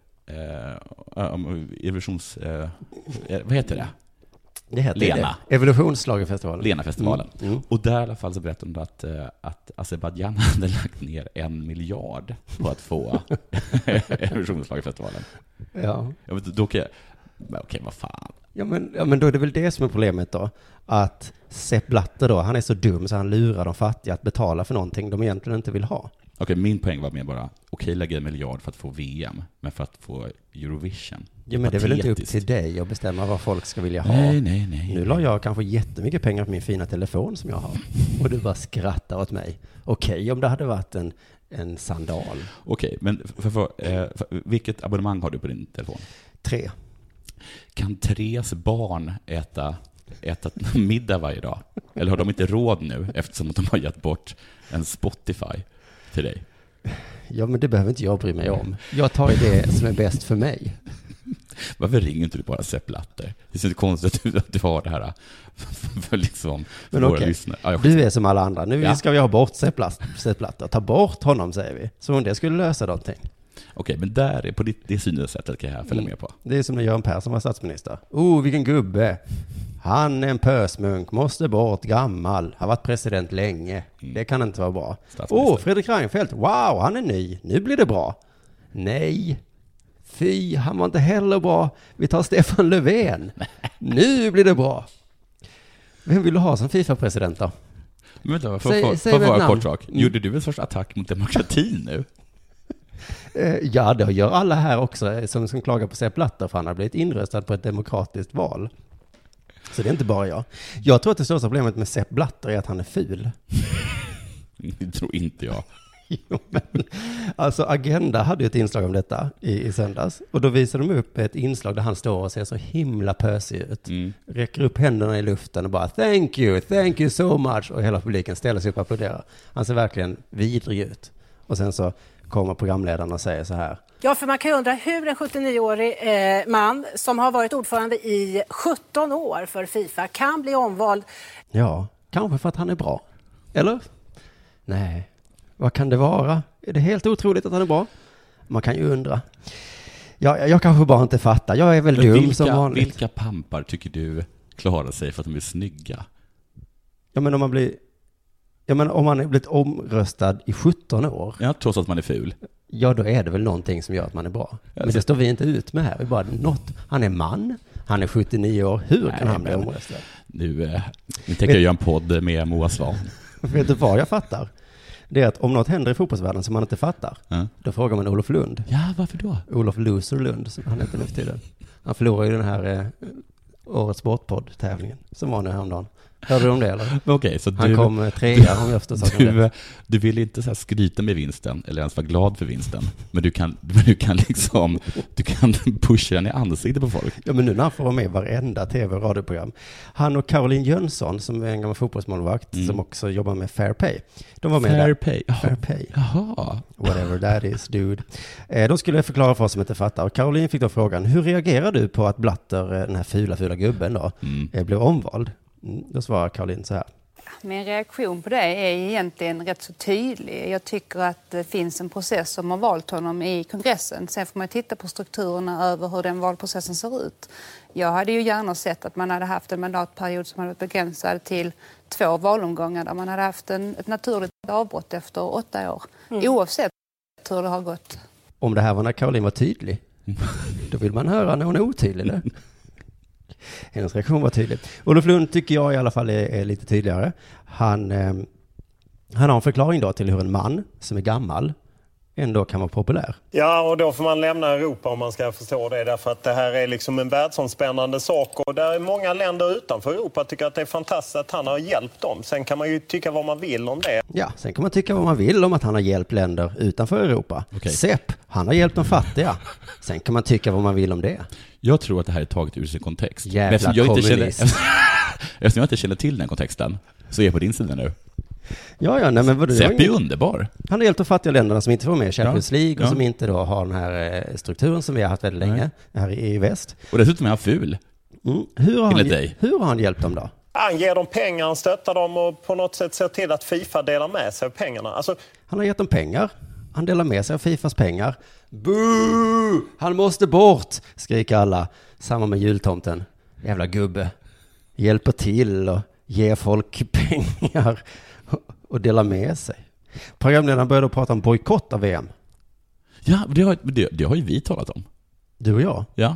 eh, om evolutions, eh, vad heter det? Det heter Lena. Det. Evolutionsslagerfestivalen. Lena-festivalen. Mm. Mm. Och där i alla fall så berättade hon att, att Azerbaijan hade lagt ner en miljard på att få Evolutionsslagerfestivalen. Ja. Jag vet, då kan jag, men okej, vad fan. Ja men, ja, men då är det väl det som är problemet då. Att Sepp Blatter då, han är så dum så han lurar de fattiga att betala för någonting de egentligen inte vill ha. Okej, min poäng var mer bara, okej, lägga en miljard för att få V M, men för att få Eurovision. Ja, men det är väl inte upp till dig att bestämma vad folk ska vilja ha. Nej, nej, nej. Nu la jag kanske jättemycket pengar på min fina telefon som jag har. Och du bara skrattar åt mig. Okej, om det hade varit en, en sandal. Okej, men för, för, eh, för, vilket abonnemang har du på din telefon? Tre. Kan Tres barn äta, äta middag varje dag? Eller har de inte råd nu eftersom de har gett bort en Spotify till dig? Ja, men det behöver inte jag bry mig om. Jag tar det som är bäst för mig. Varför ringer inte du bara Sepp Blatter? Det är så inte konstigt att du, att du har det här för, för liksom men våra okej, lyssnare. Ja, du är som alla andra. Nu ja. ska vi ha bort Sepp Blatter. Ta bort honom, säger vi. Som om det skulle lösa någonting. Okej, men där är på ditt, det synsättet kan jag följa mm. med på. Det är som när Göran Persson var statsminister. Oh, vilken gubbe. Han är en pösmunk, måste bort, gammal, har varit president länge. Mm. Det kan inte vara bra. Åh, oh, Fredrik Reinfeldt, wow, han är ny. Nu blir det bra. Nej, fy, han var inte heller bra. Vi tar Stefan Löfven. Nu blir det bra. Vem vill du ha som FIFA-president då? Men vänta, för att vara kort sak. Gjorde du en sorts attack mot demokratin nu? Ja, det gör alla här också som, som klagar på Sepp Blatter, för han har blivit inröstad på ett demokratiskt val. Så det är inte bara jag. Jag tror att det största problemet med Sepp Blatter är att han är ful. Det tror inte jag. Jo, men, alltså Agenda hade ju ett inslag om detta i, i söndags. Och då visade de upp ett inslag där han står och ser så himla pösig ut. Mm. Räcker upp händerna i luften och bara thank you, thank you so much. Och hela publiken ställer sig upp och applåderar. Han ser verkligen vidrig ut. Och sen så kommer programledaren och säger så här. Ja, för man kan ju undra hur en sjuttionioårig eh, man som har varit ordförande i sjutton år för FIFA kan bli omvald. Ja, kanske för att han är bra. Eller? Nej. Vad kan det vara? Är det helt otroligt att han är bra? Man kan ju undra. Ja, jag, jag kanske bara inte fattar. Jag är väl dum vilka, som vanligt. Vilka pampar tycker du klarar sig för att de är snygga? Ja, men om man blir... Ja, men om man är blivit omröstad i sjutton år. Ja, trots att man är ful. Ja, då är det väl någonting som gör att man är bra. Men det står vi inte ut med här. Vi bara, något. Han är man, han är sjuttionio år. Hur Nej, kan han bli omröstad? Nu, eh, nu tänker jag göra en podd med Moa Svan. Vet du vad jag fattar? Det är att om något händer i fotbollsvärlden som man inte fattar, mm. då frågar man Olof Lund. Ja, varför då? Olof Loser Lund, som han heter nu för tiden. Han förlorade ju den här eh, årets sportpodd-tävlingen som var nu häromdagen. Hörde du om det eller? Okej, så Han du, kom trea om jag förstår saken du, rätt. du vill inte så här skryta med vinsten eller ens vara glad för vinsten, men du kan, du kan liksom du kan pusha den i ansiktet på folk. Ja, men nu när han får vara med i varenda tv- och radioprogram. Han och Caroline Jönsson, som är en gammal fotbollsmålvakt, Mm. som också jobbar med Fair Pay. De var med Fair där. Pay. Fair Pay. Jaha. Whatever that is, dude. Eh, de skulle förklara för oss som inte fattar. Och Caroline fick då frågan, hur reagerar du på att Blatter, eh, den här fula, fula gubben då, Mm. eh, blev omvald? Mm, då svarar Caroline så här. Min reaktion på det är egentligen rätt så tydlig. Jag tycker att det finns en process som har valt honom i kongressen. Sen får man titta på strukturerna över hur den valprocessen ser ut. Jag hade ju gärna sett att man hade haft en mandatperiod som hade varit begränsad till två valomgångar där man hade haft en, ett naturligt avbrott efter åtta år. Mm. Oavsett hur det har gått. Om det här var när Caroline var tydlig, då vill man höra när hon är otydlig. Eller? Hennes reaktion var tydlig. Olof Lund tycker jag i alla fall är, är lite tydligare. Han, eh, han har en förklaring då till hur en man som är gammal ändå kan vara populär. Ja, och då får man lämna Europa om man ska förstå det. Därför att det här är liksom en världsomspännande sak. Och där är många länder utanför Europa tycker att det är fantastiskt att han har hjälpt dem. Sen kan man ju tycka vad man vill om det. Ja, sen kan man tycka vad man vill om att han har hjälpt länder utanför Europa. Okay. Sepp, han har hjälpt de fattiga. Sen kan man tycka vad man vill om det. Jag tror att det här är taget ur sin kontext. Jävla eftersom jag, inte känner, kommunist. eftersom jag inte känner till den kontexten, så är jag på din sida nu. Ja, ja, nej, men vad Sepp är underbar. Han har hjälpt de fattiga länderna som inte får med i Champions Ja, League och ja. som inte då har den här eh, strukturen som vi har haft väldigt länge här i, i väst. Och dessutom är han ful. Mm. Hur, har han, dig. hur har han hjälpt dem då? Han ger dem pengar, han stöttar dem och på något sätt ser till att FIFA delar med sig av pengarna. Alltså... Han har gett dem pengar. Han delar med sig av Fifas pengar. Boo! Han måste bort, skriker alla. Samma med jultomten. Jävla gubbe. Hjälper till och ger folk pengar och delar med sig. Programledaren började prata om bojkott av V M. Ja, det har, det, det har ju vi talat om. Du och jag? Ja.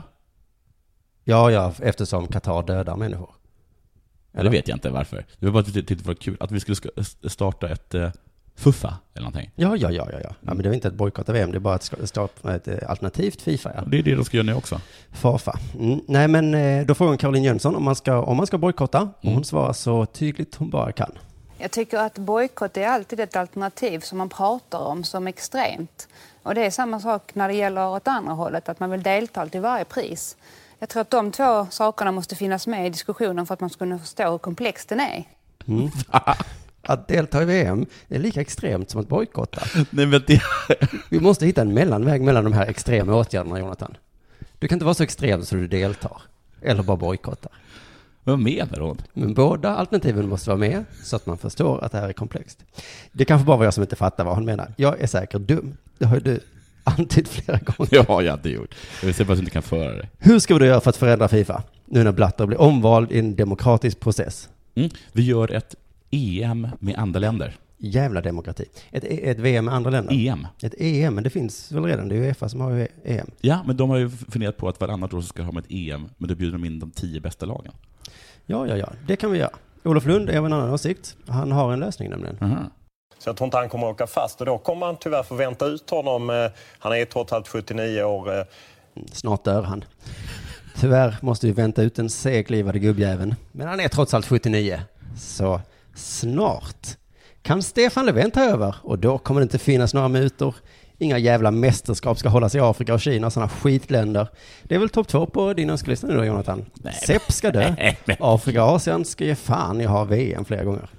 Ja, ja, eftersom Qatar dödar människor. Eller vet jag inte varför. Det var bara att det var kul att vi skulle starta ett uh, fuffa eller någonting. Ja, ja, ja, ja, ja. Ja, men det är inte ett bojkott av V M, det är bara att starta ett alternativt FIFA. Ja. Det är det de ska göra nu också. Fafa. Mm. Nej, men då frågar Caroline Jönsson om man ska, om man ska bojkotta. Mm. Och hon svarar så tydligt hon bara kan. Jag tycker att bojkott är alltid ett alternativ som man pratar om som extremt. Och det är samma sak när det gäller åt andra hållet, att man vill delta till varje pris. Jag tror att de två sakerna måste finnas med i diskussionen för att man ska kunna förstå hur komplex den är. Mm. Att delta i V M är lika extremt som att bojkotta. Nej, men det... Vi måste hitta en mellanväg mellan de här extrema åtgärderna, Jonathan. Du kan inte vara så extrem så du deltar. Eller bara bojkottar. Vad menar hon? Men båda alternativen måste vara med så att man förstår att det här är komplext. Det kanske bara var jag som inte fattar vad hon menar. Jag är säkert dum. Det har ju du antytt flera gånger. Ja, jag hade gjort. Jag vill se bara att du inte kan föra det. Hur ska du göra för att förändra FIFA? Nu när Blatter blir omvald i en demokratisk process. Mm. Vi gör ett E M med andra länder. Jävla demokrati. Ett, ett V M med andra länder. E M. Ett E M, men det finns väl redan. Det är UEFA som har E M. Ja, men de har ju funderat på att varannat år så ska ha med ett E M, men då bjuder de in de tio bästa lagen. Ja, ja, ja. Det kan vi göra. Olof Lund är av en annan åsikt. Han har en lösning nämligen. Uh-huh. Så jag tror inte han kommer att åka fast. Och då kommer han tyvärr få vänta ut honom. Han är trots allt sjuttionio år. Snart dör han. Tyvärr måste vi vänta ut den seglivade gubbjäveln. Men han är trots allt sjuttionio. Så snart kan Stefan Löfven ta över. Och då kommer det inte finnas några mutor. Inga jävla mästerskap ska hållas i Afrika och Kina, sådana skitländer. Det är väl topp två på din önskelista nu då, Jonathan? Nej. Sepp ska dö. Afrika och Asien ska ge fan i ha V M flera gånger.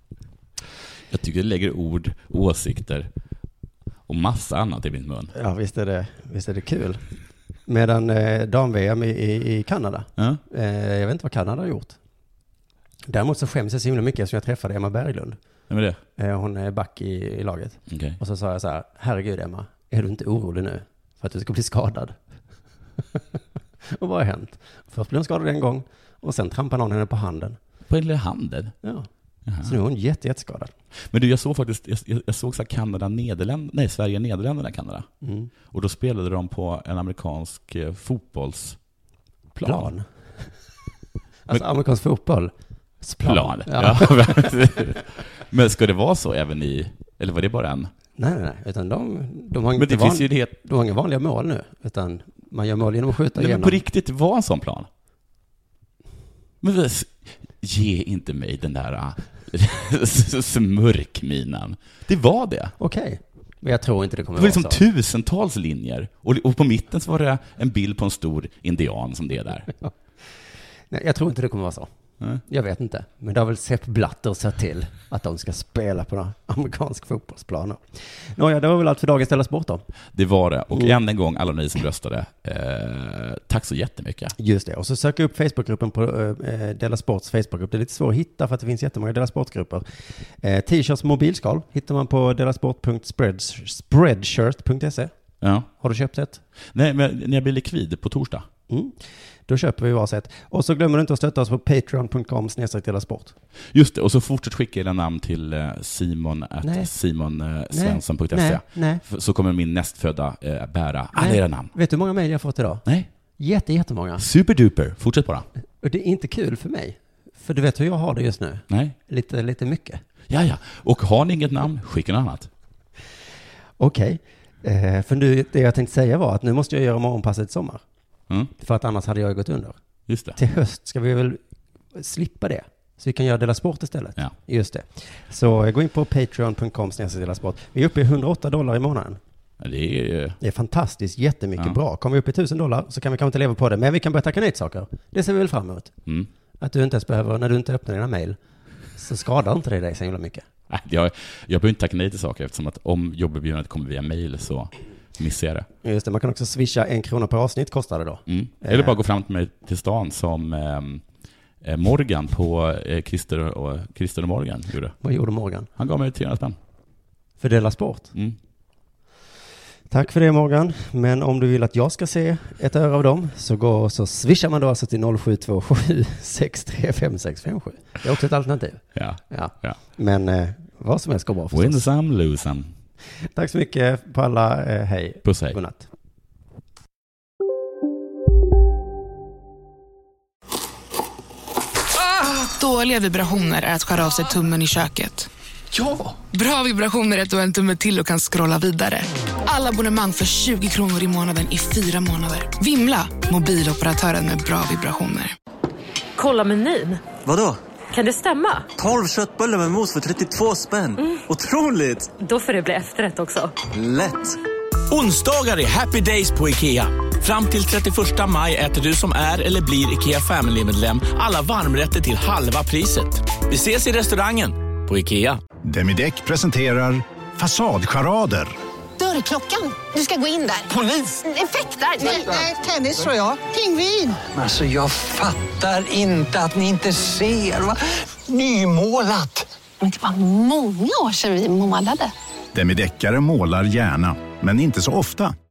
Jag tycker det lägger ord, åsikter och massa annat i min mun. Ja, visst är det, visst är det kul. Medan eh, dam-V M i, i, i Kanada. Ja. Eh, jag vet inte vad Kanada har gjort. Däremot så skäms jag så himla mycket som jag träffade Emma Berglund. Vem är det? Eh, hon är back i, i laget. Okay. Och så sa jag så här, herregud Emma, är du inte orolig nu för att du ska bli skadad? Och vad har hänt? Först blev hon skadad en gång och sen trampade någon henne på handen. På den lilla handen? Ja. Jaha. Så nu är hon jätte, jätteskadad. Men du, jag såg faktiskt, jag, jag såg så här Kanada, Nederländerna, nej Sverige, Nederländerna, Kanada. Mm. Och då spelade de på en amerikansk eh, fotbollsplan. Plan. Alltså Men, amerikansk fotboll. Plan. plan. Ja. Ja. Men ska det vara så även i, eller var det bara en? Nej, nej, nej. Utan de, de har, Men det van, finns ju det het... de har inga vanliga mål nu. Utan man gör mål genom att skjuta nej, igenom. Men på riktigt var en sån plan? Men ge inte mig den där smörkminan. Det var det. Okej. Okay. Men jag tror inte det kommer det var vara liksom så. Tusentals linjer. Och, och på mitten så var det en bild på en stor indian som det är där. Nej, jag tror inte det kommer vara så. Mm. Jag vet inte. Men det har väl Sepp Blatter sett till att de ska spela på några amerikansk fotbollsplaner. Nåja, det var väl allt för dagens Della Sport då. Det var det. Och Mm. än en gång, alla ni som röstade, eh, tack så jättemycket. Just det. Och så söker upp Facebookgruppen på eh, Della Sports Facebookgrupp. Det är lite svårt att hitta för att det finns jättemånga Della Sportgrupper. Eh, T-shirts mobilskal hittar man på delasport punkt spreadshirt punkt se. Ja. Har du köpt ett? Nej, men när jag blir likvid på torsdag. Mm. Då köper vi varsitt. Och så glömmer du inte att stötta oss på patreon punkt com snedstreck Della Sport. Just det, och så fortsätt skicka era namn till Simon at simon svensson punkt se. Så kommer min nästfödda eh, bära alla Nej. era namn. Vet du hur många mejl jag har fått idag? Nej. Jätte, jättemånga. Superduper, fortsätt bara. Och det är inte kul för mig. För du vet hur jag har det just nu. Nej. Lite, lite mycket. Ja, ja. Och har ni inget namn, skicka något annat. Okej. Okay. Eh, för nu, det jag tänkte säga var att nu måste jag göra morgonpasset i sommar. Mm. För att annars hade jag gått under. Just det. Till höst ska vi väl slippa det. Så vi kan göra Della Sport istället. Ja. Just det. Så gå in på patreon punkt com snedstreck Della Sport. Vi är uppe i hundraåtta dollar i månaden. Ja, det är det är fantastiskt, jättemycket ja. bra. Kommer vi upp i tusen dollar så kan vi kanske inte leva på det. Men vi kan börja tacka nej till saker. Det ser vi väl fram emot. Mm. Att du inte ens behöver, när du inte öppnar dina mejl, så skadar inte det dig så himla mycket. Nej, jag, jag behöver inte tacka nej till saker eftersom att om jobberbjudandet kommer via mejl så missar jag det. Just det, man kan också swisha en krona per avsnitt kostar det då. Mm. Eller bara gå fram till mig till stan som eh, Morgan på eh, Christer, och, Christer och Morgan gjorde. Vad gjorde Morgan? Han gav mig trehundra spänn. För Della Sport? Mm. Tack för det Morgan. Men om du vill att jag ska se ett öre av dem så går så swishar man då alltså till noll sju två sju sex tre fem sex fem sju. Det är också ett alternativ. Ja. ja. ja. Men eh, vad som helst går bra förstås. Win some, lose some. Tack så mycket på alla. Eh, hej. Puss hej. Godnatt. Ah, dåliga vibrationer är att skära av sig tummen i köket. Ja! Bra vibrationer är att du har en tumme till och kan scrolla vidare. Alla abonnemang för tjugo kronor i månaden i fyra månader. Vimla, mobiloperatören med bra vibrationer. Kolla menyn. Vadå? Kan det stämma? tolv köttbullar med mos för trettiotvå spänn. Mm. Otroligt! Då får det bli efterrätt också. Lätt! Onsdagar är happy days på IKEA. Fram till trettioförsta maj äter du som är eller blir IKEA Family-medlem alla varmrätter till halva priset. Vi ses i restaurangen på IKEA. Demideck presenterar Fasadcharader. Dörrklockan. Du ska gå in där. Polis? Effektar? Nej, tennis tror jag. Pingvin. Alltså jag fattar inte att ni inte ser. Va? Nymålat. Men det var många år sedan vi målade. Demideckare målar gärna, men inte så ofta.